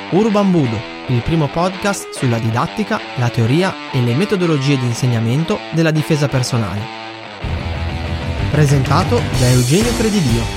Urban Budo, il primo podcast sulla didattica, la teoria e le metodologie di insegnamento della difesa personale. Presentato da Eugenio Credidio.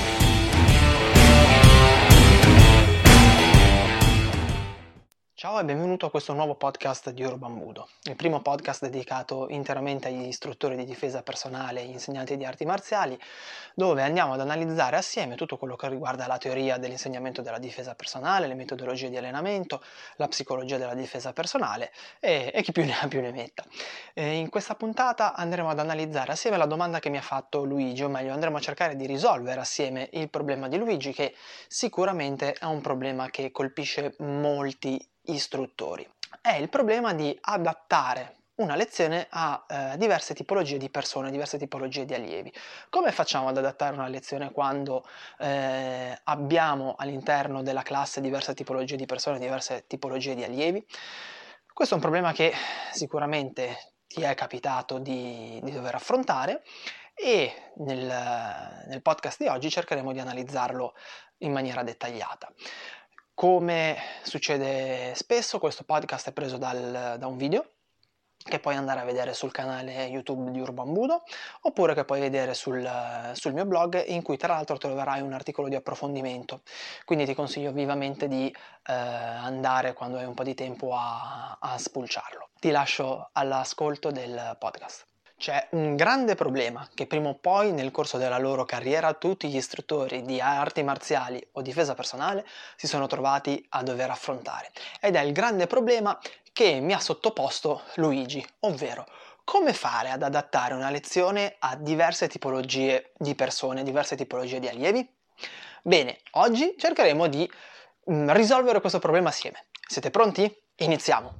Ciao e benvenuto a questo nuovo podcast di Urban Budo, il primo podcast dedicato interamente agli istruttori di difesa personale e insegnanti di arti marziali, dove andiamo ad analizzare assieme tutto quello che riguarda la teoria dell'insegnamento della difesa personale, le metodologie di allenamento, la psicologia della difesa personale e chi più ne ha più ne metta. In questa puntata andremo ad analizzare assieme la domanda che mi ha fatto Luigi, o meglio andremo a cercare di risolvere assieme il problema di Luigi, che sicuramente è un problema che colpisce molti istruttori. È il problema di adattare una lezione a diverse tipologie di persone, diverse tipologie di allievi. Come facciamo ad adattare una lezione quando abbiamo all'interno della classe diverse tipologie di persone, diverse tipologie di allievi? Questo è un problema che sicuramente ti è capitato di dover affrontare e nel podcast di oggi cercheremo di analizzarlo in maniera dettagliata. Come succede spesso, questo podcast è preso da un video che puoi andare a vedere sul canale YouTube di Urban Budo, oppure che puoi vedere sul mio blog, in cui tra l'altro troverai un articolo di approfondimento. Quindi ti consiglio vivamente di andare, quando hai un po' di tempo, a spulciarlo. Ti lascio all'ascolto del podcast. C'è un grande problema che prima o poi nel corso della loro carriera tutti gli istruttori di arti marziali o difesa personale si sono trovati a dover affrontare, ed è il grande problema che mi ha sottoposto Luigi, ovvero come fare ad adattare una lezione a diverse tipologie di persone, diverse tipologie di allievi? Bene, oggi cercheremo di risolvere questo problema assieme. Siete pronti? Iniziamo!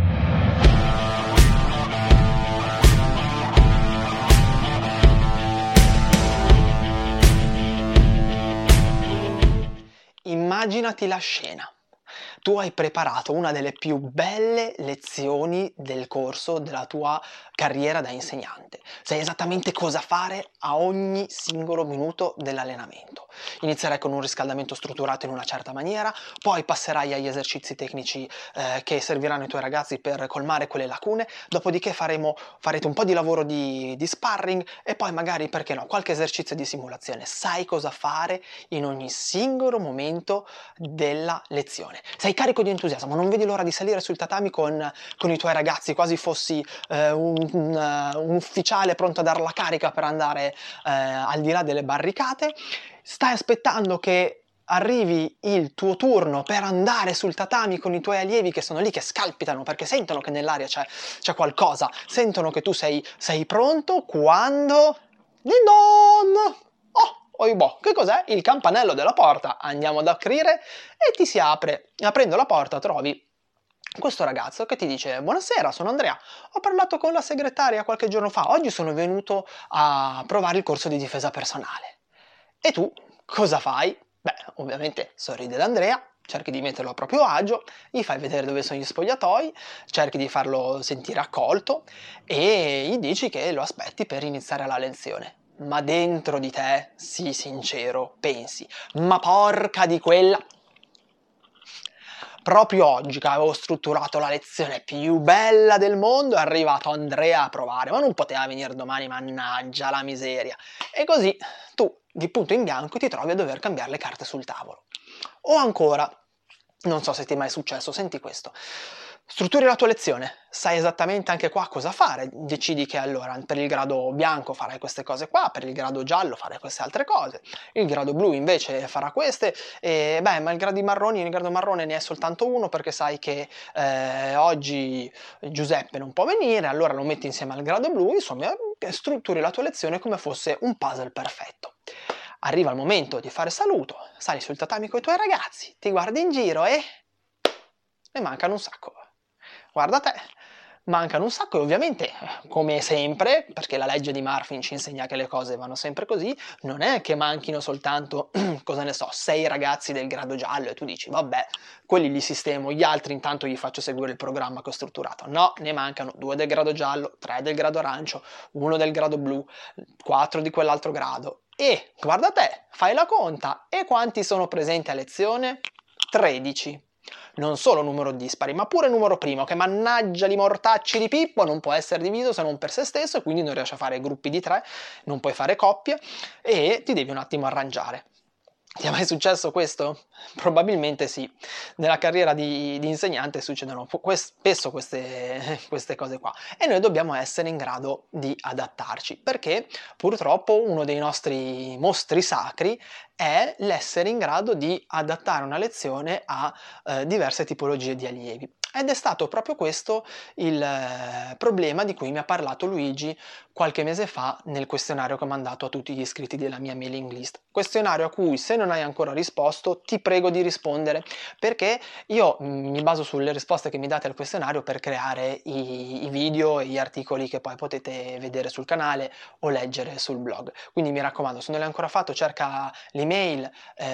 Immaginati la scena. Tu hai preparato una delle più belle lezioni del corso della tua carriera da insegnante. Sai esattamente cosa fare a ogni singolo minuto dell'allenamento. Inizierai con un riscaldamento strutturato in una certa maniera, poi passerai agli esercizi tecnici che serviranno ai tuoi ragazzi per colmare quelle lacune, dopodiché farete un po' di lavoro di sparring e poi magari, perché no, qualche esercizio di simulazione. Sai cosa fare in ogni singolo momento della lezione. Sei carico di entusiasmo, non vedi l'ora di salire sul tatami con i tuoi ragazzi, quasi fossi un ufficiale pronto a dare la carica per andare al di là delle barricate. Stai aspettando che arrivi il tuo turno per andare sul tatami con i tuoi allievi che sono lì, che scalpitano perché sentono che nell'aria c'è qualcosa, sentono che tu sei pronto, quando... Ding-dong! Oibò, che cos'è? Il campanello della porta. Andiamo ad aprire e ti si apre. Aprendo la porta trovi questo ragazzo che ti dice: buonasera, sono Andrea, ho parlato con la segretaria qualche giorno fa, oggi sono venuto a provare il corso di difesa personale. E tu cosa fai? Beh, ovviamente sorride ad Andrea, cerchi di metterlo a proprio agio, gli fai vedere dove sono gli spogliatoi, cerchi di farlo sentire accolto e gli dici che lo aspetti per iniziare la lezione. Ma dentro di te, sii sincero, pensi: ma porca di quella... Proprio oggi che avevo strutturato la lezione più bella del mondo è arrivato Andrea a provare, ma non poteva venire domani, mannaggia la miseria. E così tu, di punto in bianco, ti trovi a dover cambiare le carte sul tavolo. O ancora, non so se ti è mai successo, senti questo. Strutturi la tua lezione, sai esattamente anche qua cosa fare, decidi che allora per il grado bianco farai queste cose qua, per il grado giallo farai queste altre cose, il grado blu invece farà queste, e beh, ma il grado marrone ne è soltanto uno, perché sai che oggi Giuseppe non può venire, allora lo metti insieme al grado blu. Insomma, strutturi la tua lezione come fosse un puzzle perfetto. Arriva il momento di fare saluto, sali sul tatami con i tuoi ragazzi, ti guardi in giro e ne mancano un sacco. Guarda te, mancano un sacco, e ovviamente, come sempre, perché la legge di Murphy ci insegna che le cose vanno sempre così, non è che manchino soltanto, cosa ne so, 6 ragazzi del grado giallo e tu dici vabbè, quelli li sistemo, gli altri intanto gli faccio seguire il programma che ho strutturato. No, ne mancano 2 del grado giallo, 3 del grado arancio, 1 del grado blu, 4 di quell'altro grado. E guarda te, fai la conta, e quanti sono presenti a lezione? 13. non solo numero dispari, ma pure numero primo, che mannaggia li mortacci di Pippo, non può essere diviso se non per se stesso, e quindi non riesci a fare gruppi di 3, non puoi fare coppie e ti devi un attimo arrangiare. Ti è mai successo questo? Probabilmente sì. Nella carriera di insegnante succedono spesso queste cose qua e noi dobbiamo essere in grado di adattarci, perché purtroppo uno dei nostri mostri sacri è l'essere in grado di adattare una lezione a diverse tipologie di allievi. Ed è stato proprio questo il problema di cui mi ha parlato Luigi qualche mese fa nel questionario che ho mandato a tutti gli iscritti della mia mailing list. Questionario a cui, se non hai ancora risposto, ti prego di rispondere, perché io mi baso sulle risposte che mi date al questionario per creare i video e gli articoli che poi potete vedere sul canale o leggere sul blog. Quindi mi raccomando, se non l'hai ancora fatto, cerca l'email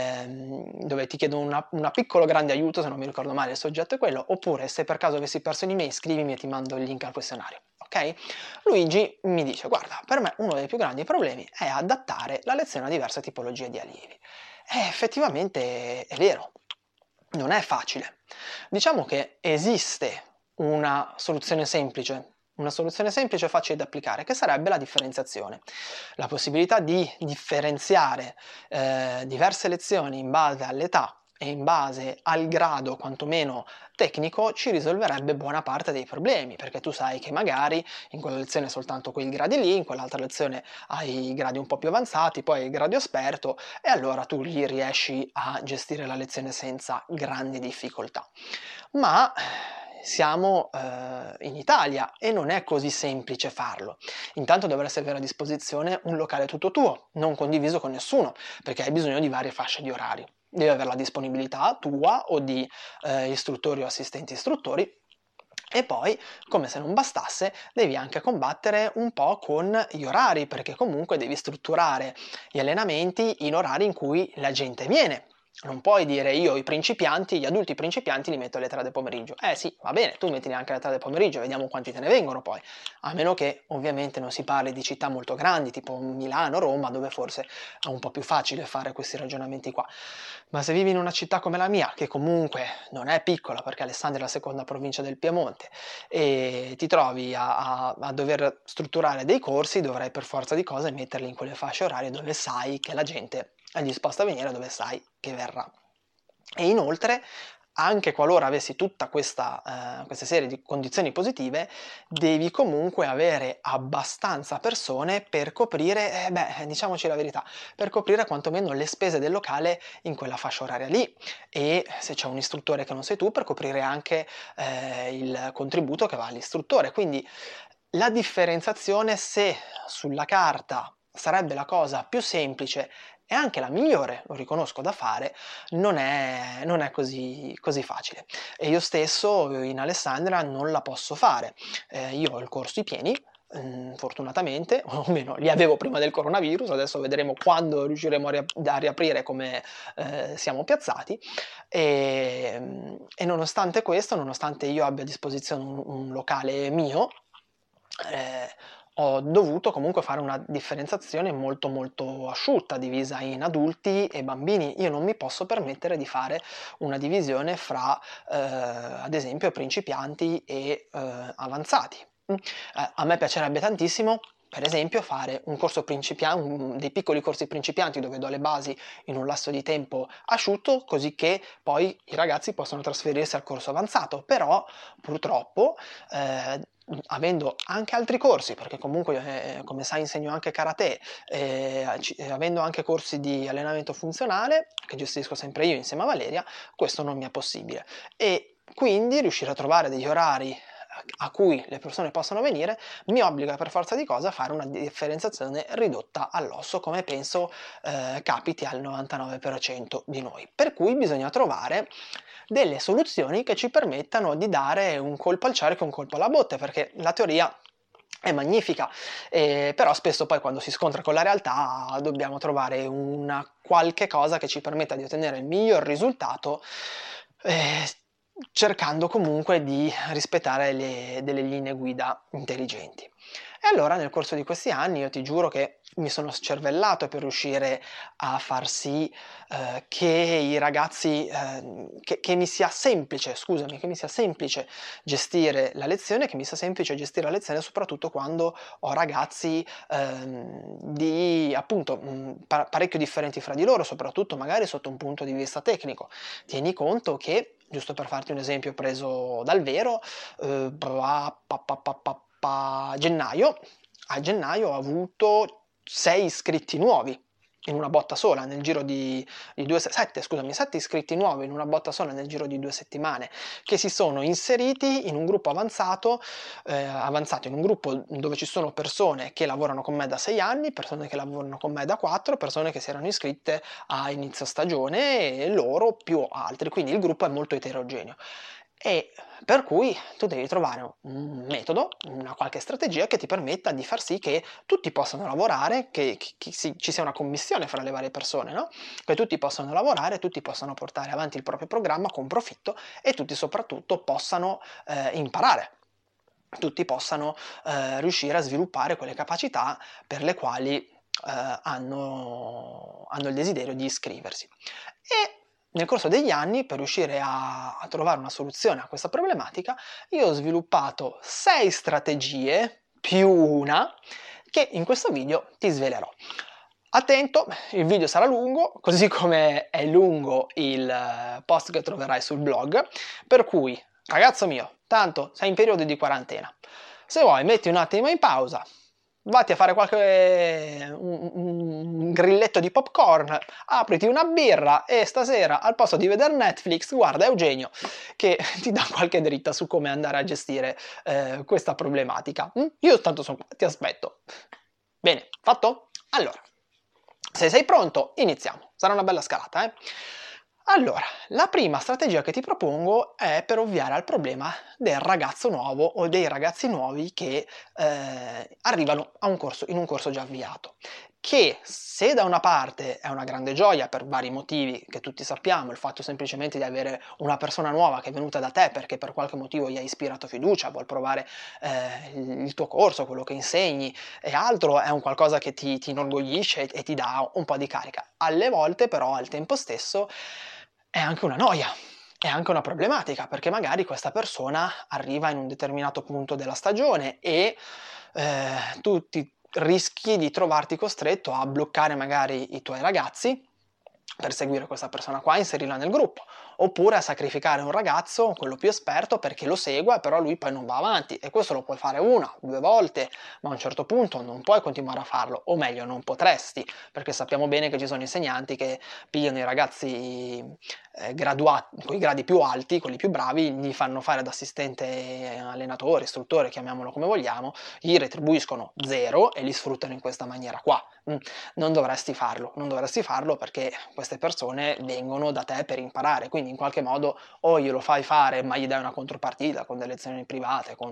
dove ti chiedo una piccolo grande aiuto, se non mi ricordo male il soggetto è quello, oppure se per caso avessi perso l'email scrivimi e ti mando il link al questionario. Ok? Luigi mi dice: guarda, per me uno dei più grandi problemi è adattare la lezione a diverse tipologie di allievi. E effettivamente è vero, non è facile. Diciamo che esiste una soluzione semplice e facile da applicare, che sarebbe la differenziazione. La possibilità di differenziare diverse lezioni in base all'età e in base al grado quantomeno tecnico ci risolverebbe buona parte dei problemi, perché tu sai che magari in quella lezione soltanto quei gradi lì, in quell'altra lezione hai i gradi un po' più avanzati, poi hai il grado esperto e allora tu lì riesci a gestire la lezione senza grandi difficoltà. Ma siamo in Italia e non è così semplice farlo. Intanto dovresti avere a disposizione un locale tutto tuo, non condiviso con nessuno, perché hai bisogno di varie fasce di orari. Devi avere la disponibilità tua o di istruttori o assistenti istruttori. E poi, come se non bastasse, devi anche combattere un po' con gli orari, perché comunque devi strutturare gli allenamenti in orari in cui la gente viene. Non puoi dire io gli adulti principianti li metto alle 3 del pomeriggio. Sì, va bene, tu mettili anche alle 3 del pomeriggio, vediamo quanti te ne vengono poi. A meno che ovviamente non si parli di città molto grandi, tipo Milano, Roma, dove forse è un po' più facile fare questi ragionamenti qua. Ma se vivi in una città come la mia, che comunque non è piccola, perché Alessandria è la seconda provincia del Piemonte, e ti trovi a dover strutturare dei corsi, dovrai per forza di cose metterli in quelle fasce orarie dove sai che la gente è disposta a venire, dove sai che verrà. E inoltre, anche qualora avessi tutta questa serie di condizioni positive, devi comunque avere abbastanza persone per coprire, diciamoci la verità, per coprire quantomeno le spese del locale in quella fascia oraria lì, e se c'è un istruttore che non sei tu, per coprire anche il contributo che va all'istruttore. Quindi la differenziazione, se sulla carta sarebbe la cosa più semplice e anche la migliore, lo riconosco, da fare, non è così facile. E io stesso in Alessandria non la posso fare. Io ho il corso i pieni, fortunatamente, o almeno li avevo prima del coronavirus, adesso vedremo quando riusciremo a riaprire come siamo piazzati, e nonostante questo, nonostante io abbia a disposizione un locale mio, ho dovuto comunque fare una differenziazione molto molto asciutta, divisa in adulti e bambini. Io non mi posso permettere di fare una divisione fra ad esempio principianti e avanzati. A me piacerebbe tantissimo, per esempio, fare un corso dei piccoli corsi principianti dove do le basi in un lasso di tempo asciutto, così che poi i ragazzi possono trasferirsi al corso avanzato. Però purtroppo avendo anche altri corsi, perché comunque come sai insegno anche karate, avendo anche corsi di allenamento funzionale che gestisco sempre io insieme a Valeria, questo non mi è possibile, e quindi riuscire a trovare degli orari a cui le persone possono venire mi obbliga per forza di cosa a fare una differenziazione ridotta all'osso, come penso capiti al 99% di noi. Per cui bisogna trovare delle soluzioni che ci permettano di dare un colpo al cerchio e un colpo alla botte, perché la teoria è magnifica, però spesso poi quando si scontra con la realtà dobbiamo trovare una qualche cosa che ci permetta di ottenere il miglior risultato, cercando comunque di rispettare delle linee guida intelligenti. E allora nel corso di questi anni io ti giuro che mi sono scervellato per riuscire a far sì che i ragazzi, che mi sia semplice, scusami, che mi sia semplice gestire la lezione, che mi sia semplice gestire la lezione soprattutto quando ho ragazzi di appunto parecchio differenti fra di loro, soprattutto magari sotto un punto di vista tecnico. Tieni conto che, giusto per farti un esempio preso dal vero, a gennaio ho avuto 6 iscritti nuovi in una botta sola nel giro di 7 iscritti nuovi in una botta sola nel giro di 2 settimane, che si sono inseriti in un gruppo avanzato in un gruppo dove ci sono persone che lavorano con me da 6 anni, persone che lavorano con me da 4, persone che si erano iscritte a inizio stagione e loro più altri, quindi il gruppo è molto eterogeneo. E per cui tu devi trovare un metodo, una qualche strategia che ti permetta di far sì che tutti possano lavorare, che ci sia una commissione fra le varie persone, no? Che tutti possano lavorare, tutti possano portare avanti il proprio programma con profitto e tutti soprattutto possano imparare. Tutti possano riuscire a sviluppare quelle capacità per le quali hanno il desiderio di iscriversi. E nel corso degli anni, per riuscire a trovare una soluzione a questa problematica, io ho sviluppato 6 strategie più una che in questo video ti svelerò. Attento, il video sarà lungo, così come è lungo il post che troverai sul blog, per cui, ragazzo mio, tanto sei in periodo di quarantena. Se vuoi, metti un attimo in pausa, vatti a fare un grilletto di popcorn, apriti una birra e stasera al posto di vedere Netflix guarda Eugenio che ti dà qualche dritta su come andare a gestire questa problematica. Io tanto ti aspetto. Bene, fatto? Allora, se sei pronto, iniziamo. Sarà una bella scalata, eh? Allora, la prima strategia che ti propongo è per ovviare al problema del ragazzo nuovo o dei ragazzi nuovi che arrivano in un corso già avviato. Che se da una parte è una grande gioia per vari motivi che tutti sappiamo, il fatto semplicemente di avere una persona nuova che è venuta da te perché per qualche motivo gli hai ispirato fiducia, vuol provare il tuo corso, quello che insegni e altro, è un qualcosa che ti inorgoglisce e ti dà un po' di carica. Alle volte però al tempo stesso è anche una noia, è anche una problematica, perché magari questa persona arriva in un determinato punto della stagione e tu rischi di trovarti costretto a bloccare magari i tuoi ragazzi per seguire questa persona qua, inserirla nel gruppo, oppure a sacrificare un ragazzo, quello più esperto, perché lo segua, però lui poi non va avanti, e questo lo puoi fare 1, 2 volte, ma a un certo punto non puoi continuare a farlo, o meglio non potresti, perché sappiamo bene che ci sono insegnanti che pigliano i ragazzi graduati, con i gradi più alti, quelli più bravi, gli fanno fare da assistente allenatore, istruttore, chiamiamolo come vogliamo, gli retribuiscono 0 e li sfruttano in questa maniera qua. Non dovresti farlo perché queste persone vengono da te per imparare, quindi in qualche modo o glielo fai fare ma gli dai una contropartita con delle lezioni private, con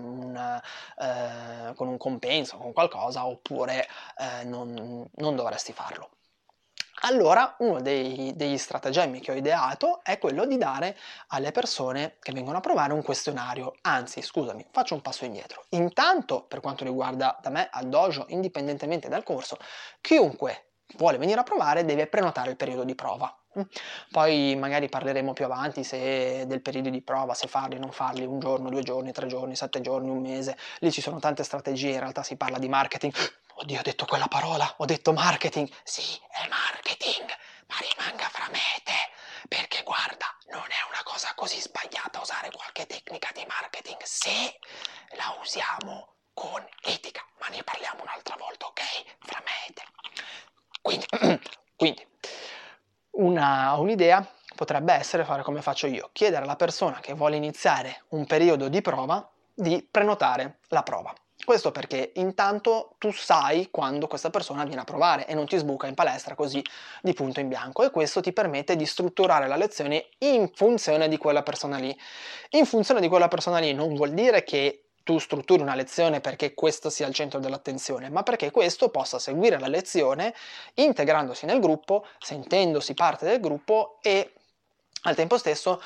un compenso, con qualcosa, oppure non dovresti farlo. Allora, uno degli stratagemmi che ho ideato è quello di dare alle persone che vengono a provare un questionario. Anzi, scusami, faccio un passo indietro. Intanto, per quanto riguarda da me al dojo, indipendentemente dal corso, chiunque vuole venire a provare deve prenotare il periodo di prova. Poi magari parleremo più avanti del periodo di prova, se farli, non farli, 1 giorno, 2 giorni, 3 giorni, 7 giorni, 1 mese. Lì ci sono tante strategie, in realtà si parla di marketing. Oddio, ho detto quella parola, ho detto marketing. Sì, è marketing, ma rimanga fra me e te, perché guarda, non è una cosa così sbagliata usare qualche tecnica di marketing se la usiamo con etica, ma ne parliamo un'altra volta, ok? Fra me e te. Quindi un'idea potrebbe essere fare come faccio io, chiedere alla persona che vuole iniziare un periodo di prova di prenotare la prova. Questo perché intanto tu sai quando questa persona viene a provare e non ti sbuca in palestra così di punto in bianco, e questo ti permette di strutturare la lezione in funzione di quella persona lì. In funzione di quella persona lì non vuol dire che tu strutturi una lezione perché questo sia al centro dell'attenzione, ma perché questo possa seguire la lezione integrandosi nel gruppo, sentendosi parte del gruppo e al tempo stesso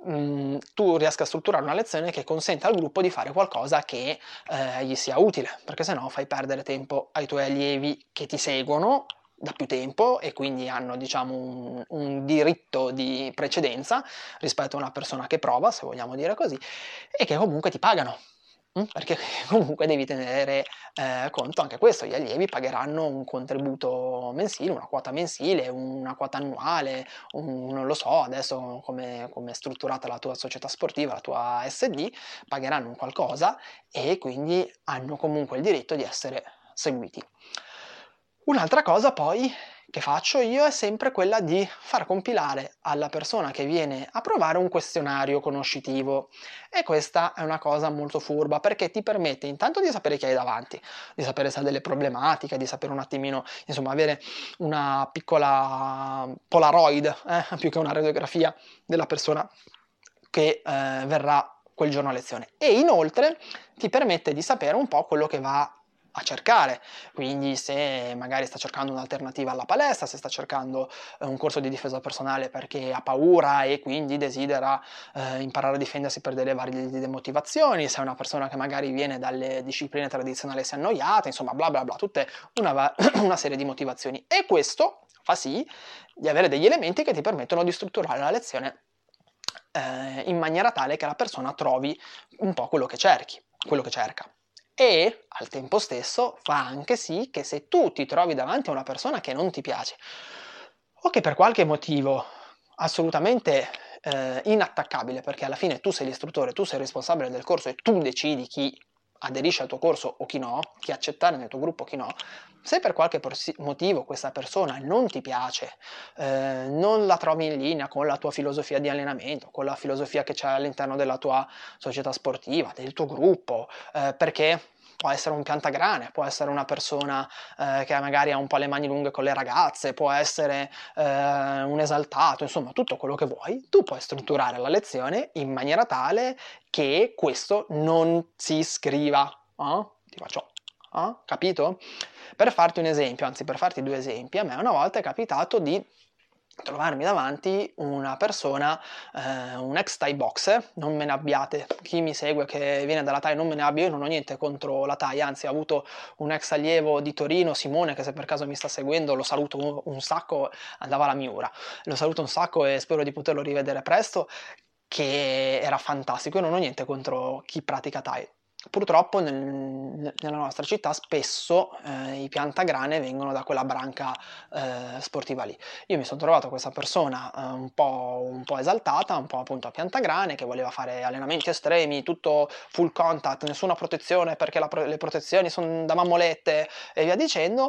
tu riesca a strutturare una lezione che consenta al gruppo di fare qualcosa che gli sia utile, perché sennò fai perdere tempo ai tuoi allievi che ti seguono da più tempo e quindi hanno, diciamo, un diritto di precedenza rispetto a una persona che prova, se vogliamo dire così, e che comunque ti pagano. Perché comunque devi tenere conto anche questo, gli allievi pagheranno un contributo mensile, una quota mensile, una quota annuale, non lo so adesso come è strutturata la tua società sportiva, la tua SD, pagheranno un qualcosa e quindi hanno comunque il diritto di essere seguiti. Un'altra cosa poi che faccio io è sempre quella di far compilare alla persona che viene a provare un questionario conoscitivo e questa è una cosa molto furba perché ti permette intanto di sapere chi hai davanti, di sapere se ha delle problematiche, di sapere un attimino, insomma, avere una piccola Polaroid, più che una radiografia della persona che verrà quel giorno a lezione e inoltre ti permette di sapere un po' quello che va a cercare, quindi se magari sta cercando un'alternativa alla palestra, se sta cercando un corso di difesa personale perché ha paura e quindi desidera imparare a difendersi per delle varie demotivazioni, se è una persona che magari viene dalle discipline tradizionali e si è annoiata, insomma bla bla bla, tutte una serie di motivazioni e questo fa sì di avere degli elementi che ti permettono di strutturare la lezione in maniera tale che la persona trovi un po' quello che cerca. E al tempo stesso fa anche sì che se tu ti trovi davanti a una persona che non ti piace o che per qualche motivo assolutamente inattaccabile, perché alla fine tu sei l'istruttore, tu sei il responsabile del corso e tu decidi chi aderisce al tuo corso o chi no, chi accettare nel tuo gruppo o chi no, se per qualche motivo questa persona non ti piace, non la trovi in linea con la tua filosofia di allenamento, con la filosofia che c'è all'interno della tua società sportiva, del tuo gruppo, perché può essere un piantagrane, può essere una persona che magari ha un po' le mani lunghe con le ragazze, può essere un esaltato, insomma tutto quello che vuoi, tu puoi strutturare la lezione in maniera tale che questo non si scriva. Ti faccio, capito? Per farti un esempio, anzi per farti due esempi, a me una volta è capitato di trovarmi davanti una persona, un ex Thai boxer, non me ne abbiate, chi mi segue che viene dalla Thai non me ne abbia, io non ho niente contro la Thai, anzi ho avuto un ex allievo di Torino, Simone, che se per caso mi sta seguendo lo saluto un sacco, andava alla Miura, lo saluto un sacco e spero di poterlo rivedere presto, che era fantastico, io non ho niente contro chi pratica Thai. Purtroppo nella nostra città spesso i piantagrane vengono da quella branca sportiva lì. Io mi sono trovato questa persona un po' esaltata, un po' appunto a piantagrane, che voleva fare allenamenti estremi, tutto full contact, nessuna protezione perché le protezioni sono da mammolette e via dicendo.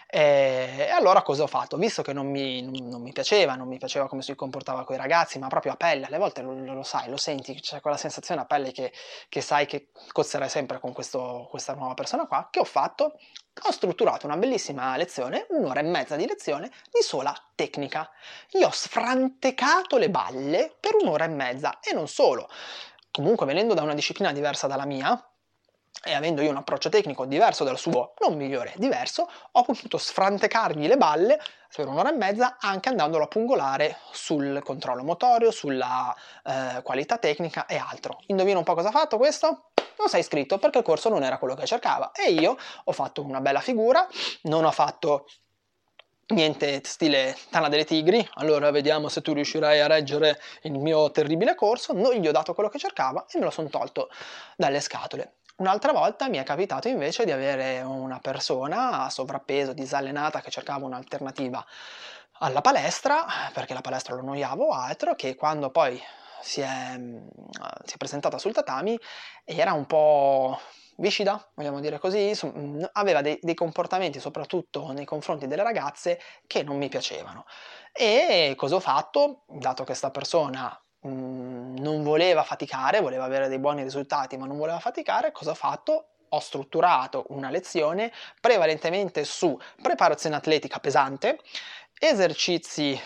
E allora cosa ho fatto? Visto che non mi piaceva come si comportava con i ragazzi, ma proprio a pelle, alle volte lo sai, lo senti, c'è quella sensazione a pelle che sai che cozzerai sempre con questa nuova persona qua, che ho fatto? Ho strutturato una bellissima lezione, un'ora e mezza di lezione di sola tecnica. Io ho sfrantecato le balle per un'ora e mezza e non solo. Comunque venendo da una disciplina diversa dalla mia, e avendo io un approccio tecnico diverso dal suo, non migliore, diverso, ho potuto sfrantecargli le balle per un'ora e mezza anche andandolo a pungolare sul controllo motorio, sulla qualità tecnica e altro. Indovina un po' cosa ha fatto questo? Non sei iscritto perché il corso non era quello che cercava e io ho fatto una bella figura, non ho fatto niente stile Tana delle Tigri, allora vediamo se tu riuscirai a reggere il mio terribile corso, non gli ho dato quello che cercava e me lo sono tolto dalle scatole. Un'altra volta mi è capitato invece di avere una persona a sovrappeso, disallenata, che cercava un'alternativa alla palestra, perché la palestra lo annoiava o altro, che quando poi si è presentata sul tatami era un po' viscida, vogliamo dire così, aveva dei comportamenti soprattutto nei confronti delle ragazze che non mi piacevano. E cosa ho fatto? Dato che questa persona non voleva faticare, voleva avere dei buoni risultati ma non voleva faticare, cosa ho fatto? Ho strutturato una lezione prevalentemente su preparazione atletica pesante, esercizi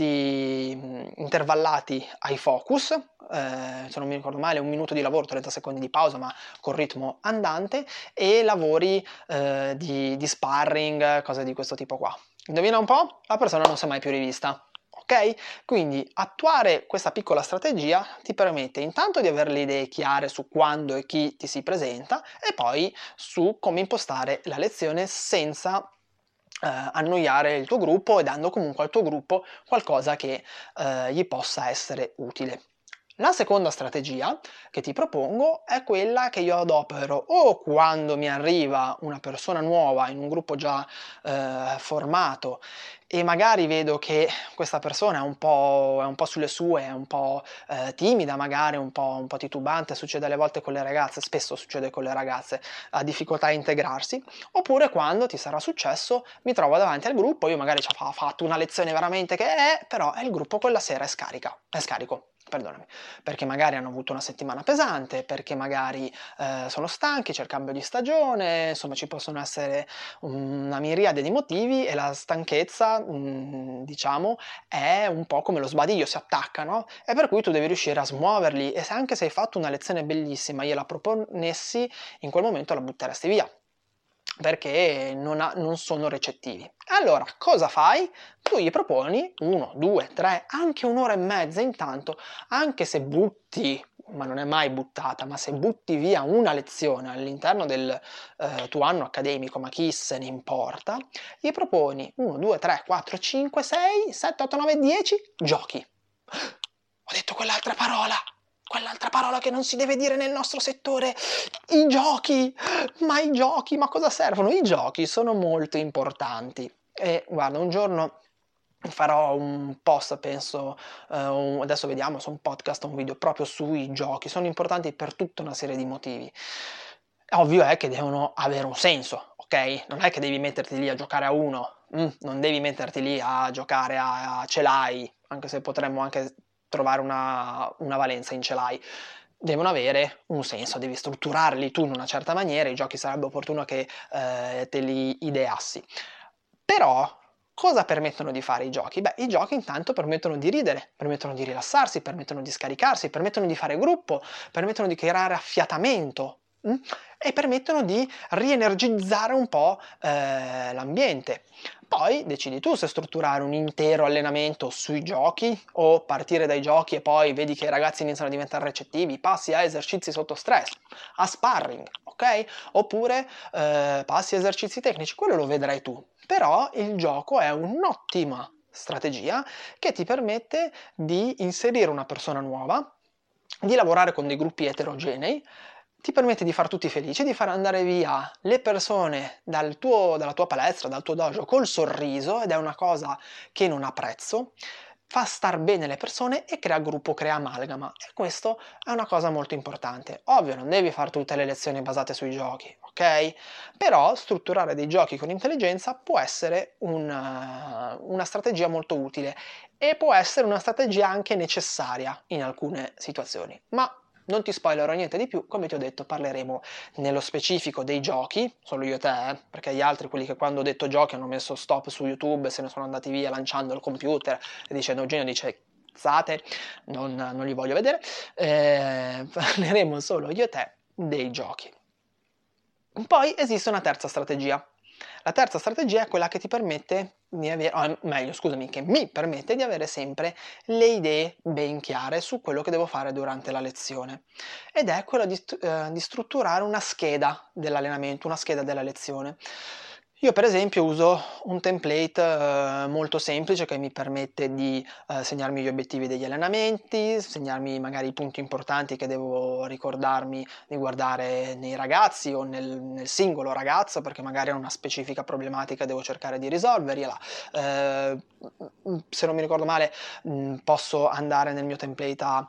intervallati ai focus, se non mi ricordo male 1 minuto di lavoro, 30 secondi di pausa ma con ritmo andante, e lavori di sparring, cose di questo tipo qua. Indovina un po'? La persona non si è mai più rivista. ok? Quindi attuare questa piccola strategia ti permette intanto di avere le idee chiare su quando e chi ti si presenta e poi su come impostare la lezione senza annoiare il tuo gruppo e dando comunque al tuo gruppo qualcosa che gli possa essere utile. La seconda strategia che ti propongo è quella che io adopero o quando mi arriva una persona nuova in un gruppo già formato e magari vedo che questa persona è un po' sulle sue, è un po' timida, magari un po' titubante, succede alle volte con le ragazze, spesso succede con le ragazze, ha difficoltà a integrarsi, oppure quando ti sarà successo mi trovo davanti al gruppo, io magari ci ho fatto una lezione veramente però il gruppo quella sera è scarico. Perdonami, perché magari hanno avuto una settimana pesante, perché magari sono stanchi, c'è il cambio di stagione, insomma ci possono essere una miriade di motivi e la stanchezza, diciamo, è un po' come lo sbadiglio, si attacca, no? E per cui tu devi riuscire a smuoverli e anche se hai fatto una lezione bellissima, gliela proponessi, in quel momento la butteresti via, perché non sono recettivi. Allora, cosa fai? Tu gli proponi 1, 2, 3, anche un'ora e mezza intanto, anche se butti, ma non è mai buttata, ma se butti via una lezione all'interno del tuo anno accademico, ma chi se ne importa, gli proponi 1, 2, 3, 4, 5, 6, 7, 8, 9, 10 giochi. Ho detto quell'altra parola che non si deve dire nel nostro settore, i giochi, ma cosa servono? I giochi sono molto importanti e guarda, un giorno farò un post, penso, adesso vediamo su un podcast, un video proprio sui giochi, sono importanti per tutta una serie di motivi. Ovvio è che devono avere un senso, ok? Non è che devi metterti lì a giocare a uno, non devi metterti lì a giocare a ce l'hai, anche se potremmo anche trovare una valenza in ce l'hai. Devono avere un senso, devi strutturarli tu in una certa maniera, i giochi sarebbe opportuno che te li ideassi. Però cosa permettono di fare i giochi? Beh, i giochi intanto permettono di ridere, permettono di rilassarsi, permettono di scaricarsi, permettono di fare gruppo, permettono di creare affiatamento e permettono di rienergizzare un po' l'ambiente. Poi decidi tu se strutturare un intero allenamento sui giochi o partire dai giochi e poi vedi che i ragazzi iniziano a diventare recettivi, passi a esercizi sotto stress, a sparring, ok? Oppure passi a esercizi tecnici, quello lo vedrai tu. Però il gioco è un'ottima strategia che ti permette di inserire una persona nuova, di lavorare con dei gruppi eterogenei, ti permette di far tutti felici, di far andare via le persone dalla tua palestra, dal tuo dojo col sorriso, ed è una cosa che non ha prezzo, fa star bene le persone e crea gruppo, crea amalgama, e questo è una cosa molto importante. Ovvio, non devi fare tutte le lezioni basate sui giochi, ok? Però strutturare dei giochi con intelligenza può essere una strategia molto utile e può essere una strategia anche necessaria in alcune situazioni, ma non ti spoilerò niente di più, come ti ho detto parleremo nello specifico dei giochi, solo io e te, perché gli altri, quelli che quando ho detto giochi hanno messo stop su YouTube e se ne sono andati via lanciando il computer e dicendo Eugenio dice cazzate, non li voglio vedere, parleremo solo io e te dei giochi. Poi esiste una terza strategia. La terza strategia è quella che ti permette di avere, che mi permette di avere sempre le idee ben chiare su quello che devo fare durante la lezione. Ed è quella di strutturare una scheda dell'allenamento, una scheda della lezione. Io per esempio uso un template molto semplice che mi permette di segnarmi gli obiettivi degli allenamenti, segnarmi magari i punti importanti che devo ricordarmi di guardare nei ragazzi o nel singolo ragazzo, perché magari ha una specifica problematica e devo cercare di risolvergliela. Se non mi ricordo male posso andare nel mio template a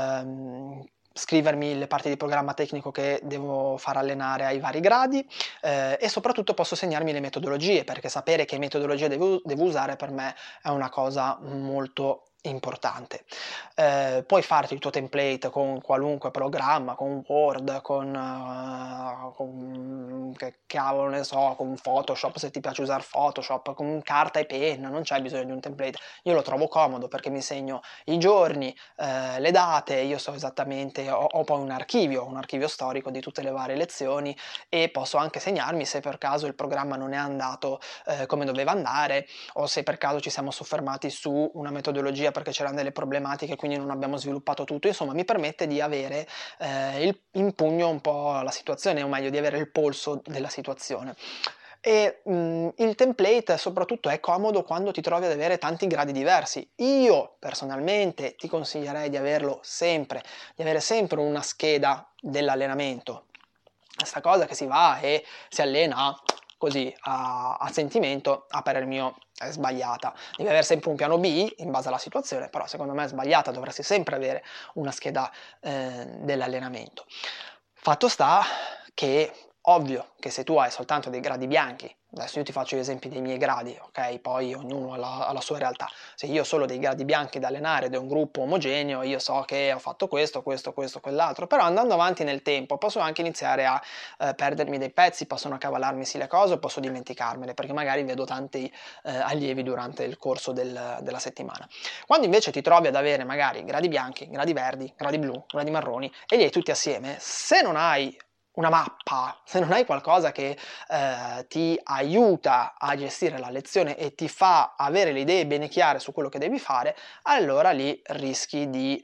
scrivermi le parti di programma tecnico che devo far allenare ai vari gradi e soprattutto posso segnarmi le metodologie, perché sapere che metodologie devo usare per me è una cosa molto importante. Puoi farti il tuo template con qualunque programma, con Word, che cavolo ne so, con Photoshop, se ti piace usare Photoshop, con carta e penna, non c'è bisogno di un template. Io lo trovo comodo perché mi segno i giorni, le date, io so esattamente, ho poi un archivio storico di tutte le varie lezioni, e posso anche segnarmi se per caso il programma non è andato come doveva andare, o se per caso ci siamo soffermati su una metodologia perché c'erano delle problematiche, quindi non abbiamo sviluppato tutto. Insomma, mi permette di avere in pugno un po' la situazione, o meglio di avere il polso della situazione. E il template soprattutto è comodo quando ti trovi ad avere tanti gradi diversi. Io personalmente ti consiglierei di averlo sempre, di avere sempre una scheda dell'allenamento. Questa cosa che si va e si allena così a sentimento, a parer mio è sbagliata. Devi avere sempre un piano B in base alla situazione, però secondo me è sbagliata, dovresti sempre avere una scheda dell'allenamento. Fatto sta che ovvio che se tu hai soltanto dei gradi bianchi, adesso io ti faccio gli esempi dei miei gradi, ok? Poi ognuno ha la sua realtà. Se io ho solo dei gradi bianchi da allenare ed è un gruppo omogeneo, io so che ho fatto questo, quell'altro, però andando avanti nel tempo posso anche iniziare a perdermi dei pezzi, possono accavallarmisi le cose, posso dimenticarmele, perché magari vedo tanti allievi durante il corso della settimana. Quando invece ti trovi ad avere magari gradi bianchi, gradi verdi, gradi blu, gradi marroni, e li hai tutti assieme, se non hai una mappa, se non hai qualcosa che ti aiuta a gestire la lezione e ti fa avere le idee bene chiare su quello che devi fare, allora lì rischi di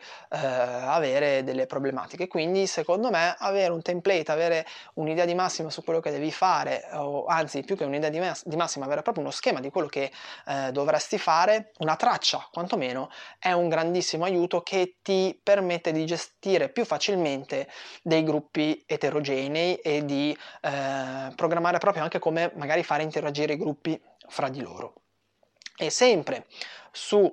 avere delle problematiche. Quindi secondo me avere un template, avere un'idea di massima su quello che devi fare, o anzi più che un'idea di massima, avere proprio uno schema di quello che dovresti fare, una traccia quantomeno, è un grandissimo aiuto che ti permette di gestire più facilmente dei gruppi eterogenei e di programmare proprio anche come magari fare interagire i gruppi fra di loro. E sempre su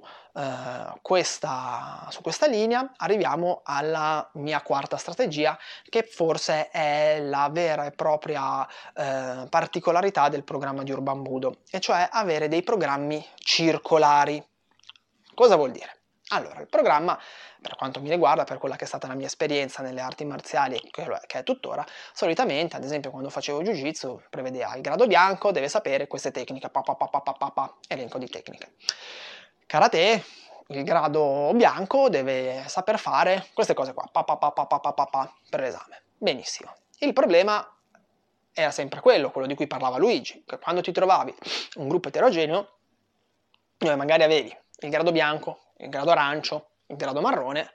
questa linea arriviamo alla mia quarta strategia, che forse è la vera e propria particolarità del programma di Urban Budo, e cioè avere dei programmi circolari. Cosa vuol dire? Allora, il programma, per quanto mi riguarda, per quella che è stata la mia esperienza nelle arti marziali, che è tuttora, solitamente, ad esempio quando facevo Jiu-Jitsu, prevedeva il grado bianco, deve sapere queste tecniche, elenco di tecniche. Karate, il grado bianco deve saper fare queste cose qua, per l'esame. Benissimo. Il problema era sempre quello di cui parlava Luigi, che quando ti trovavi un gruppo eterogeneo, dove magari avevi il grado bianco, il grado arancio, il grado marrone,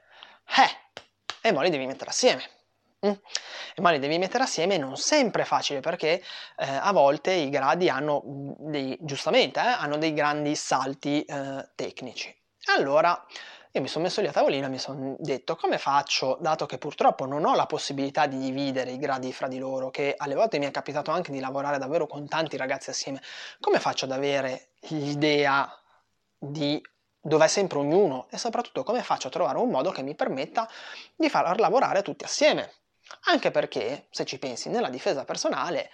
e mo li devi mettere assieme. E ma li devi mettere assieme non sempre è facile, perché a volte i gradi hanno giustamente hanno dei grandi salti tecnici. Allora io mi sono messo lì a tavolino e mi sono detto: come faccio, dato che purtroppo non ho la possibilità di dividere i gradi fra di loro, che alle volte mi è capitato anche di lavorare davvero con tanti ragazzi assieme, come faccio ad avere l'idea di dove è sempre ognuno, e soprattutto come faccio a trovare un modo che mi permetta di far lavorare tutti assieme? Anche perché, se ci pensi, nella difesa personale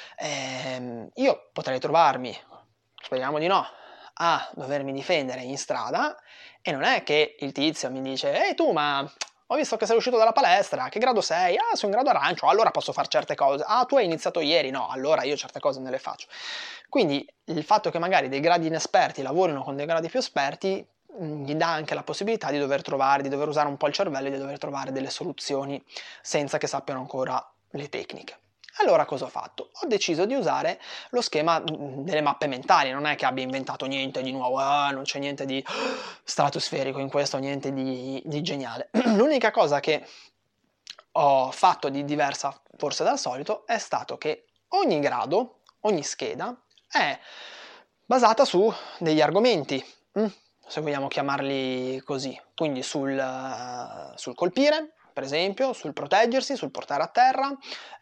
io potrei trovarmi, speriamo di no, a dovermi difendere in strada, e non è che il tizio mi dice: ehi tu, ma ho visto che sei uscito dalla palestra, che grado sei? Ah, sono in grado arancio, allora posso fare certe cose. Ah, tu hai iniziato ieri? No, allora io certe cose non le faccio. Quindi il fatto che magari dei gradi inesperti lavorino con dei gradi più esperti gli dà anche la possibilità di dover usare un po' il cervello e di dover trovare delle soluzioni senza che sappiano ancora le tecniche. Allora cosa ho fatto? Ho deciso di usare lo schema delle mappe mentali. Non è che abbia inventato niente di nuovo, non c'è niente di stratosferico in questo, niente di geniale. L'unica cosa che ho fatto di diversa forse dal solito è stato che ogni grado, ogni scheda è basata su degli argomenti, se vogliamo chiamarli così, quindi sul colpire, per esempio, sul proteggersi, sul portare a terra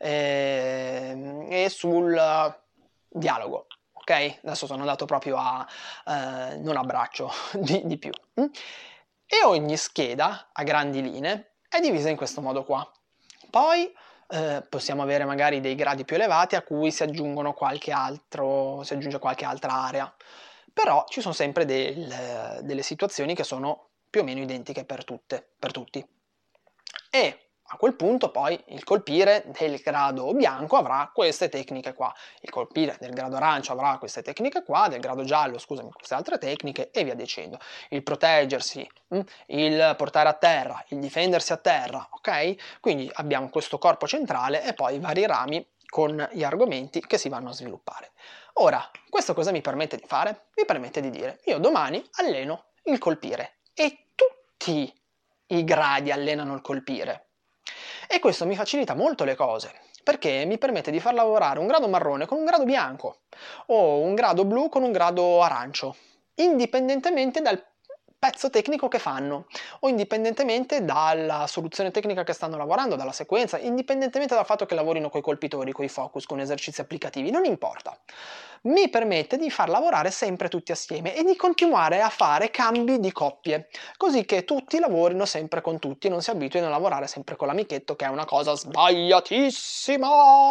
e sul dialogo. Ok? Adesso sono andato proprio a non a braccio di più. E ogni scheda, a grandi linee, è divisa in questo modo qua. Poi possiamo avere magari dei gradi più elevati a cui si aggiunge qualche altra area. Però ci sono sempre delle situazioni che sono più o meno identiche per tutti. E a quel punto poi il colpire del grado bianco avrà queste tecniche qua, il colpire del grado arancio avrà queste tecniche qua, del grado giallo, scusami, queste altre tecniche e via dicendo. Il proteggersi, il portare a terra, il difendersi a terra, ok? Quindi abbiamo questo corpo centrale e poi vari rami con gli argomenti che si vanno a sviluppare. Ora, questo cosa mi permette di fare? Mi permette di dire, io domani alleno il colpire e tutti i gradi allenano il colpire. E questo mi facilita molto le cose, perché mi permette di far lavorare un grado marrone con un grado bianco, o un grado blu con un grado arancio, indipendentemente dal pezzo tecnico che fanno, o indipendentemente dalla soluzione tecnica che stanno lavorando, dalla sequenza, indipendentemente dal fatto che lavorino coi colpitori, coi focus, con esercizi applicativi, non importa. Mi permette di far lavorare sempre tutti assieme e di continuare a fare cambi di coppie, così che tutti lavorino sempre con tutti e non si abituino a lavorare sempre con l'amichetto, che è una cosa sbagliatissima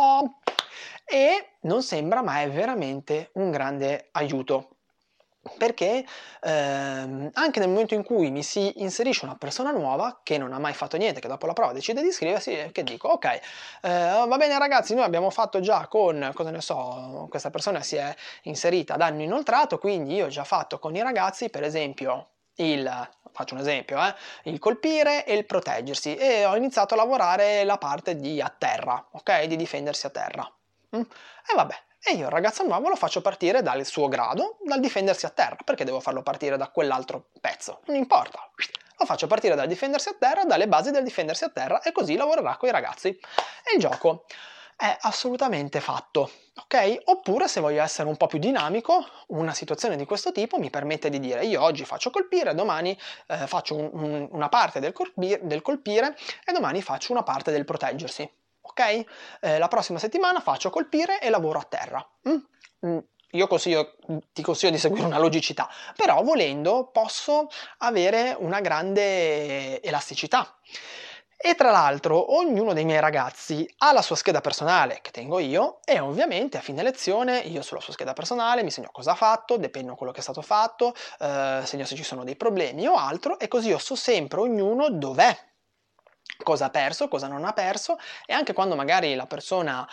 e non sembra, ma è veramente un grande aiuto. Perché anche nel momento in cui mi si inserisce una persona nuova che non ha mai fatto niente, che dopo la prova decide di iscriversi, che dico ok, va bene ragazzi, noi abbiamo fatto già con, cosa ne so, questa persona si è inserita ad anno inoltrato, quindi io ho già fatto con i ragazzi per esempio faccio un esempio, il colpire e il proteggersi, e ho iniziato a lavorare la parte di a terra, ok, di difendersi a terra. E vabbè, e io il ragazzo nuovo lo faccio partire dal suo grado, dal difendersi a terra, perché devo farlo partire da quell'altro pezzo? Non importa, lo faccio partire dal difendersi a terra, dalle basi del difendersi a terra, e così lavorerà con i ragazzi. E il gioco è assolutamente fatto, ok? Oppure se voglio essere un po' più dinamico, una situazione di questo tipo mi permette di dire io oggi faccio colpire, domani faccio una parte del colpire e domani faccio una parte del proteggersi. Ok? La prossima settimana faccio colpire e lavoro a terra. Io ti consiglio di seguire una logicità, però volendo posso avere una grande elasticità. E tra l'altro ognuno dei miei ragazzi ha la sua scheda personale che tengo io e ovviamente a fine lezione io sulla sua scheda personale mi segno cosa ha fatto, depenno quello che è stato fatto, segno se ci sono dei problemi o altro, e così io so sempre ognuno dov'è, cosa ha perso, cosa non ha perso, e anche quando magari la persona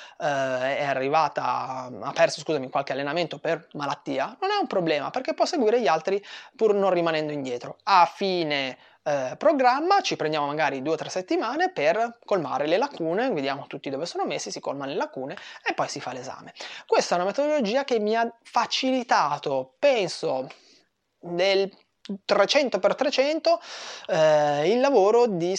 ha perso qualche allenamento per malattia, non è un problema perché può seguire gli altri pur non rimanendo indietro. A fine programma ci prendiamo magari 2 o 3 settimane per colmare le lacune, vediamo tutti dove sono messi, si colmano le lacune e poi si fa l'esame. Questa è una metodologia che mi ha facilitato, penso, del 300x300 il lavoro di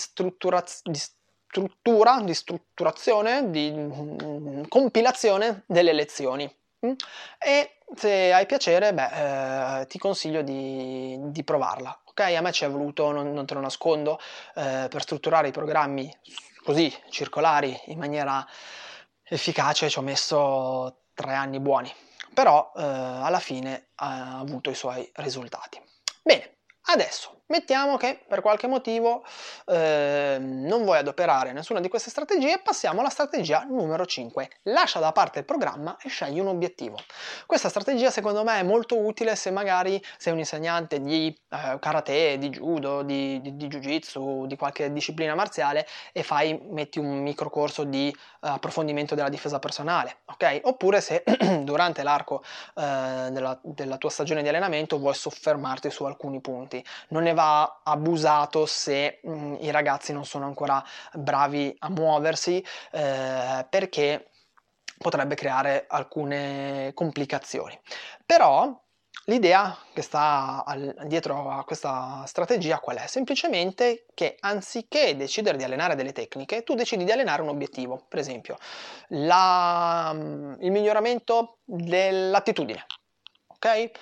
strutturazione, di compilazione delle lezioni. E se hai piacere, ti consiglio di provarla. Ok, a me ci è voluto, non te lo nascondo, per strutturare i programmi così circolari in maniera efficace ci ho messo 3 anni buoni, però alla fine ha avuto i suoi risultati. Bene, adesso mettiamo che per qualche motivo non vuoi adoperare nessuna di queste strategie, passiamo alla strategia numero 5. Lascia da parte il programma e scegli un obiettivo. Questa strategia secondo me è molto utile se magari sei un insegnante di karate, di judo, di jiu-jitsu, di qualche disciplina marziale e metti un microcorso di approfondimento della difesa personale, ok? Oppure se durante l'arco della tua stagione di allenamento vuoi soffermarti su alcuni punti. Non ne va abusato se i ragazzi non sono ancora bravi a muoversi, perché potrebbe creare alcune complicazioni. Però l'idea che sta dietro a questa strategia qual è? Semplicemente che anziché decidere di allenare delle tecniche, tu decidi di allenare un obiettivo. Per esempio, il miglioramento dell'attitudine, ok?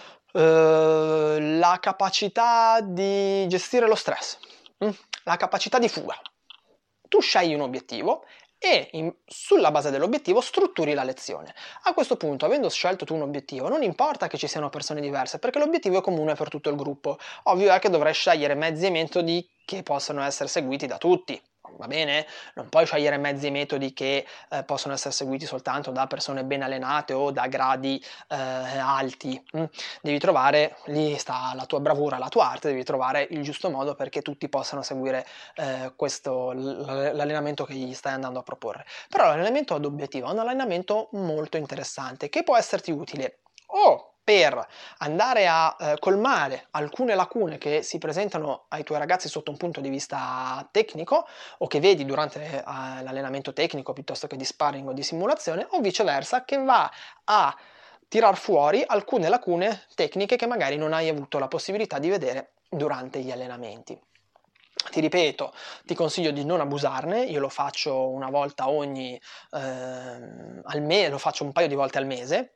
La capacità di gestire lo stress, la capacità di fuga. Tu scegli un obiettivo e sulla base dell'obiettivo strutturi la lezione. A questo punto, avendo scelto tu un obiettivo, non importa che ci siano persone diverse, perché l'obiettivo è comune per tutto il gruppo. Ovvio è che dovrai scegliere mezzi e metodi che possano essere seguiti da tutti. va bene? Non puoi scegliere mezzi metodi che possono essere seguiti soltanto da persone ben allenate o da gradi alti. Devi trovare, lì sta la tua bravura, la tua arte, devi trovare il giusto modo perché tutti possano seguire l'allenamento che gli stai andando a proporre. Però l'allenamento ad obiettivo è un allenamento molto interessante che può esserti utile o per andare a colmare alcune lacune che si presentano ai tuoi ragazzi sotto un punto di vista tecnico o che vedi durante l'allenamento tecnico piuttosto che di sparring o di simulazione, o viceversa che va a tirar fuori alcune lacune tecniche che magari non hai avuto la possibilità di vedere durante gli allenamenti. Ti ripeto, ti consiglio di non abusarne, io lo faccio una volta ogni al mese, lo faccio un paio di volte al mese,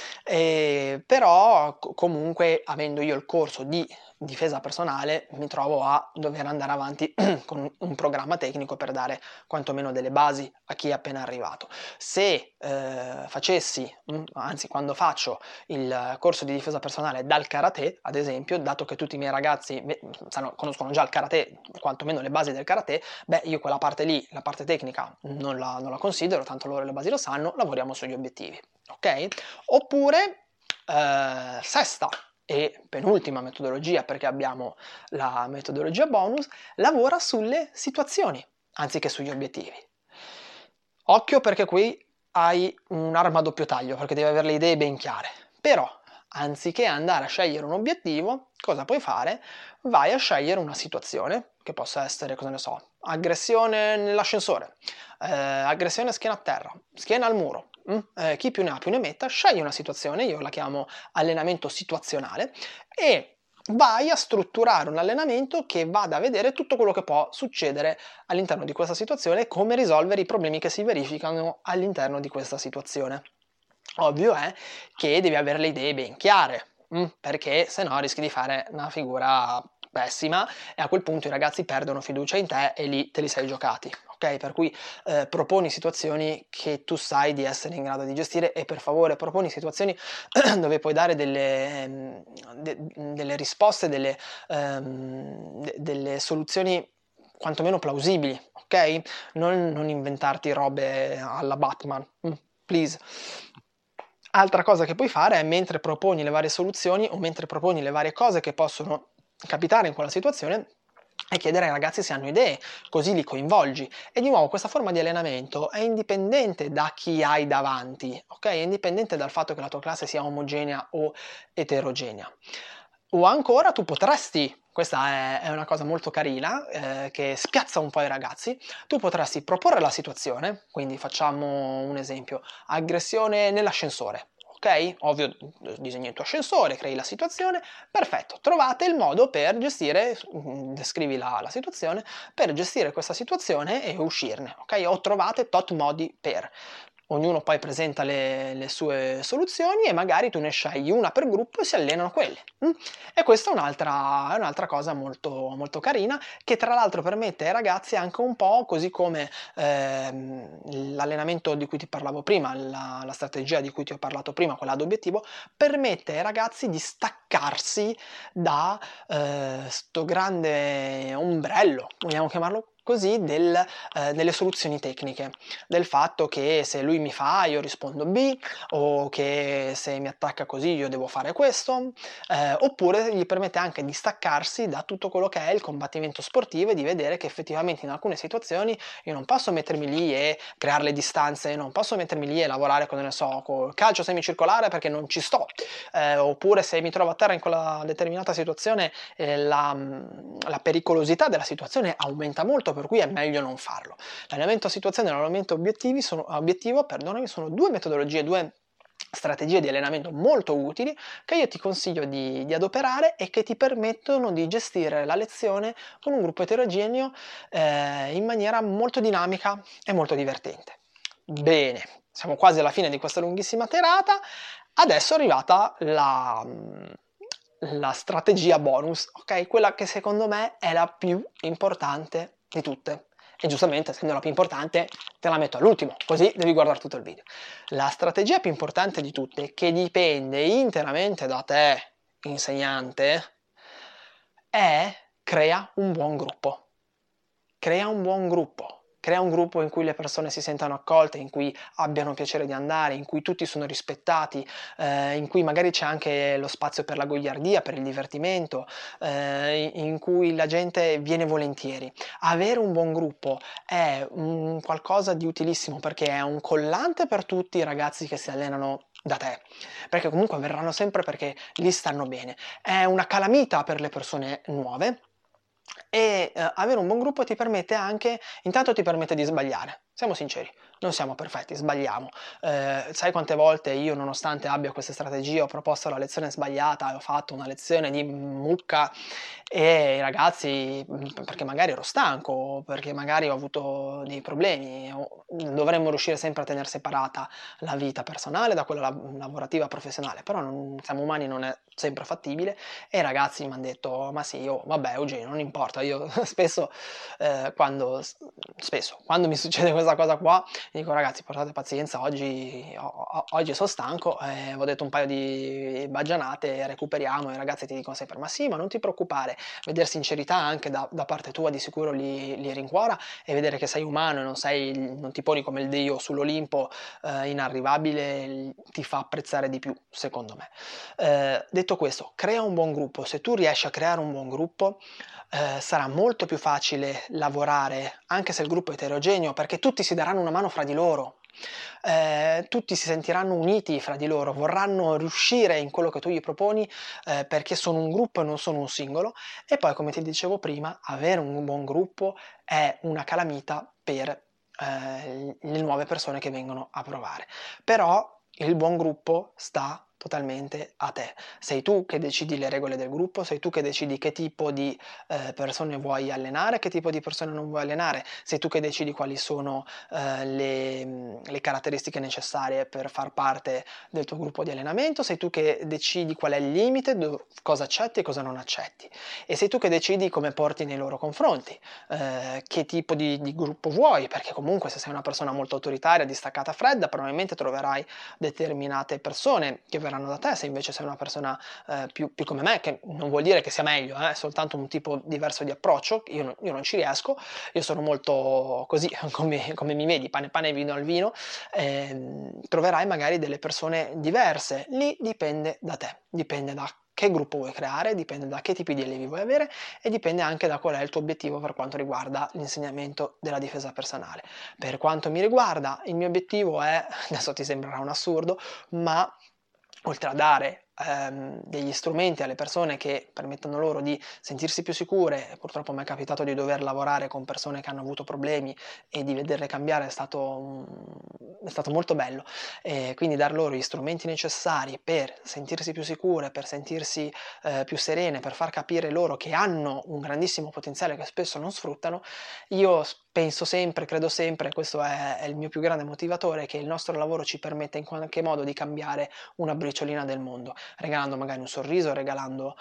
però comunque avendo io il corso di difesa personale mi trovo a dover andare avanti con un programma tecnico per dare quantomeno delle basi a chi è appena arrivato. Se facessi, anzi quando faccio il corso di difesa personale dal karate, ad esempio, dato che tutti i miei ragazzi conoscono già il karate, quantomeno le basi del karate, beh, io quella parte lì, la parte tecnica, non la considero, tanto loro le basi lo sanno, lavoriamo sugli obiettivi, ok? Oppure, sesta e penultima metodologia, perché abbiamo la metodologia bonus, lavora sulle situazioni, anziché sugli obiettivi. Occhio perché qui hai un'arma a doppio taglio, perché devi avere le idee ben chiare. Però, anziché andare a scegliere un obiettivo, cosa puoi fare? Vai a scegliere una situazione, che possa essere, cosa ne so, aggressione nell'ascensore, aggressione schiena a terra, schiena al muro, chi più ne ha più ne metta, scegli una situazione, io la chiamo allenamento situazionale, e vai a strutturare un allenamento che vada a vedere tutto quello che può succedere all'interno di questa situazione e come risolvere i problemi che si verificano all'interno di questa situazione. Ovvio è che devi avere le idee ben chiare, perché se no rischi di fare una figura pessima e a quel punto i ragazzi perdono fiducia in te e lì te li sei giocati. Ok? Per cui proponi situazioni che tu sai di essere in grado di gestire e per favore proponi situazioni dove puoi dare delle risposte, delle soluzioni quantomeno plausibili, ok? Non inventarti robe alla Batman, please. Altra cosa che puoi fare è, mentre proponi le varie soluzioni o mentre proponi le varie cose che possono capitare in quella situazione, è chiedere ai ragazzi se hanno idee, così li coinvolgi. E di nuovo questa forma di allenamento è indipendente da chi hai davanti, ok? È indipendente dal fatto che la tua classe sia omogenea o eterogenea. O ancora tu potresti, questa è una cosa molto carina, che spiazza un po' i ragazzi, tu potresti proporre la situazione, quindi facciamo un esempio, aggressione nell'ascensore. Ok? Ovvio, disegni il tuo ascensore, crei la situazione, perfetto, trovate il modo per gestire, descrivi la situazione, per gestire questa situazione e uscirne, ok? O trovate tot modi per. Ognuno poi presenta le sue soluzioni e magari tu ne scegli una per gruppo e si allenano quelle. E questa è un'altra cosa molto, molto carina, che tra l'altro permette ai ragazzi anche un po', così come l'allenamento di cui ti parlavo prima, la strategia di cui ti ho parlato prima, quella ad obiettivo, permette ai ragazzi di staccarsi da sto grande ombrello, vogliamo chiamarlo così, delle soluzioni tecniche, del fatto che se lui mi fa A io rispondo B, o che se mi attacca così io devo fare questo, oppure gli permette anche di staccarsi da tutto quello che è il combattimento sportivo e di vedere che effettivamente in alcune situazioni io non posso mettermi lì e creare le distanze, non posso mettermi lì e lavorare con, ne so, col calcio semicircolare perché non ci sto, oppure se mi trovo a terra in quella determinata situazione la pericolosità della situazione aumenta molto, per cui è meglio non farlo. L'allenamento a situazione e l'allenamento obiettivo sono due metodologie, due strategie di allenamento molto utili che io ti consiglio di adoperare e che ti permettono di gestire la lezione con un gruppo eterogeneo in maniera molto dinamica e molto divertente. Bene, siamo quasi alla fine di questa lunghissima tirata, adesso è arrivata la strategia bonus, ok? Quella che secondo me è la più importante di tutte. E giustamente, essendo la più importante, te la metto all'ultimo, così devi guardare tutto il video. La strategia più importante di tutte, che dipende interamente da te, insegnante, è crea un buon gruppo. Crea un buon gruppo. Crea un gruppo in cui le persone si sentano accolte, in cui abbiano piacere di andare, in cui tutti sono rispettati, in cui magari c'è anche lo spazio per la goliardia, per il divertimento, in cui la gente viene volentieri. Avere un buon gruppo è qualcosa di utilissimo, perché è un collante per tutti i ragazzi che si allenano da te, perché comunque verranno sempre perché lì stanno bene. È una calamita per le persone nuove. E avere un buon gruppo ti permette anche, intanto ti permette di sbagliare, siamo sinceri, non siamo perfetti, sbagliamo. Sai quante volte io, nonostante abbia queste strategie, ho proposto la lezione sbagliata e ho fatto una lezione di mucca e i ragazzi, perché magari ero stanco, perché magari ho avuto dei problemi, dovremmo riuscire sempre a tenere separata la vita personale da quella lavorativa professionale, però siamo umani, non è sempre fattibile, e i ragazzi mi hanno detto: ma sì, vabbè Eugenio, non importa, io spesso quando mi succede questa cosa qua dico: ragazzi, portate pazienza, oggi sono stanco, ho detto un paio di baggianate, recuperiamo. I ragazzi ti dicono sempre: ma sì, ma non ti preoccupare. Vedere sincerità anche da parte tua di sicuro li rincuora, e vedere che sei umano e non ti poni come il dio sull'Olimpo inarrivabile, ti fa apprezzare di più, secondo me. Detto questo, crea un buon gruppo. Se tu riesci a creare un buon gruppo, sarà molto più facile lavorare, anche se il gruppo è eterogeneo, perché tutti si daranno una mano fra di loro. Tutti si sentiranno uniti fra di loro, vorranno riuscire in quello che tu gli proponi, perché sono un gruppo e non sono un singolo. E poi, come ti dicevo prima, avere un buon gruppo è una calamita per le nuove persone che vengono a provare. Però il buon gruppo sta totalmente a te. Sei tu che decidi le regole del gruppo, sei tu che decidi che tipo di persone vuoi allenare, che tipo di persone non vuoi allenare, sei tu che decidi quali sono le caratteristiche necessarie per far parte del tuo gruppo di allenamento, sei tu che decidi qual è il limite, cosa accetti e cosa non accetti, e sei tu che decidi come porti nei loro confronti, che tipo di gruppo vuoi, perché comunque se sei una persona molto autoritaria, distaccata, fredda, probabilmente troverai determinate persone che verranno da te. Se invece sei una persona più come me, che non vuol dire che sia meglio, è soltanto un tipo diverso di approccio, io non ci riesco, io sono molto così, come mi vedi, pane pane, vino al vino, troverai magari delle persone diverse. Lì dipende da te, dipende da che gruppo vuoi creare, dipende da che tipi di allievi vuoi avere, e dipende anche da qual è il tuo obiettivo per quanto riguarda l'insegnamento della difesa personale. Per quanto mi riguarda, il mio obiettivo è, adesso ti sembrerà un assurdo, ma oltre a dare degli strumenti alle persone che permettono loro di sentirsi più sicure, purtroppo mi è capitato di dover lavorare con persone che hanno avuto problemi, e di vederle cambiare è stato molto bello, quindi dar loro gli strumenti necessari per sentirsi più sicure, per sentirsi più serene, per far capire loro che hanno un grandissimo potenziale che spesso non sfruttano. Io penso sempre, credo sempre, questo è il mio più grande motivatore, che il nostro lavoro ci permette in qualche modo di cambiare una briciolina del mondo, regalando magari un sorriso, regalando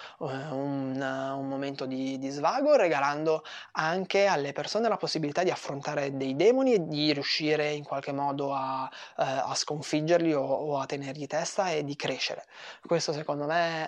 un momento di svago, regalando anche alle persone la possibilità di affrontare dei demoni e di riuscire in qualche modo a sconfiggerli o a tenergli testa e di crescere. Questo secondo me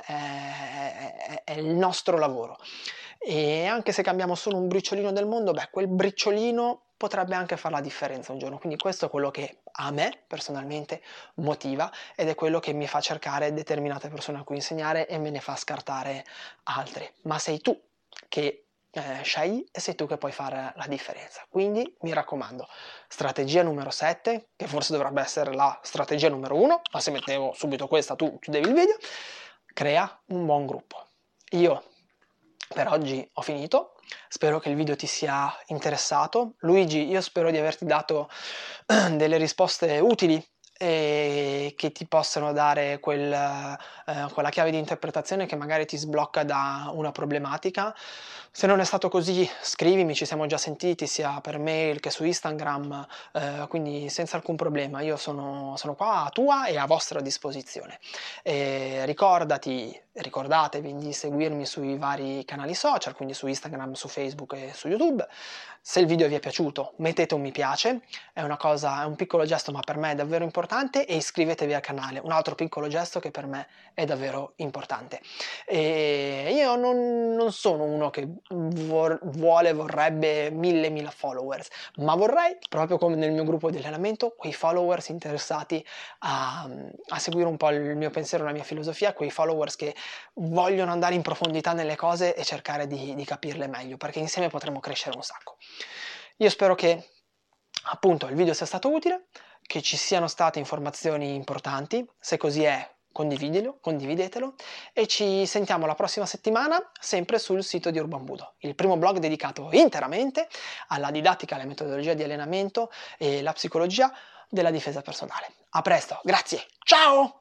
è il nostro lavoro. E anche se cambiamo solo un briciolino del mondo, quel briciolino potrebbe anche fare la differenza un giorno. Quindi questo è quello che a me personalmente motiva, ed è quello che mi fa cercare determinate persone a cui insegnare e me ne fa scartare altre. Ma sei tu che scegli, e sei tu che puoi fare la differenza. Quindi mi raccomando, strategia numero 7, che forse dovrebbe essere la strategia numero 1, ma se mettevo subito questa tu chiudevi il video: crea un buon gruppo. Io per oggi ho finito, spero che il video ti sia interessato. Luigi, io spero di averti dato delle risposte utili e che ti possano dare quella chiave di interpretazione che magari ti sblocca da una problematica. Se non è stato così, scrivimi, ci siamo già sentiti sia per mail che su Instagram, quindi senza alcun problema. Io sono qua a tua e a vostra disposizione. Ricordati ricordatevi di seguirmi sui vari canali social, quindi su Instagram, su Facebook e su YouTube. Se il video vi è piaciuto, mettete un mi piace, è un piccolo gesto ma per me è davvero importante, e iscrivetevi al canale, un altro piccolo gesto che per me è davvero importante. E io non sono uno che vorrebbe 1000 followers, ma vorrei, proprio come nel mio gruppo di allenamento, quei followers interessati a seguire un po' il mio pensiero, la mia filosofia, quei followers che vogliono andare in profondità nelle cose e cercare di capirle meglio, perché insieme potremo crescere un sacco. Io spero che appunto il video sia stato utile, che ci siano state informazioni importanti. Se così è, condividetelo, e ci sentiamo la prossima settimana sempre sul sito di Urban Budo, il primo blog dedicato interamente alla didattica, alla metodologia di allenamento e la psicologia della difesa personale. A presto, grazie, ciao!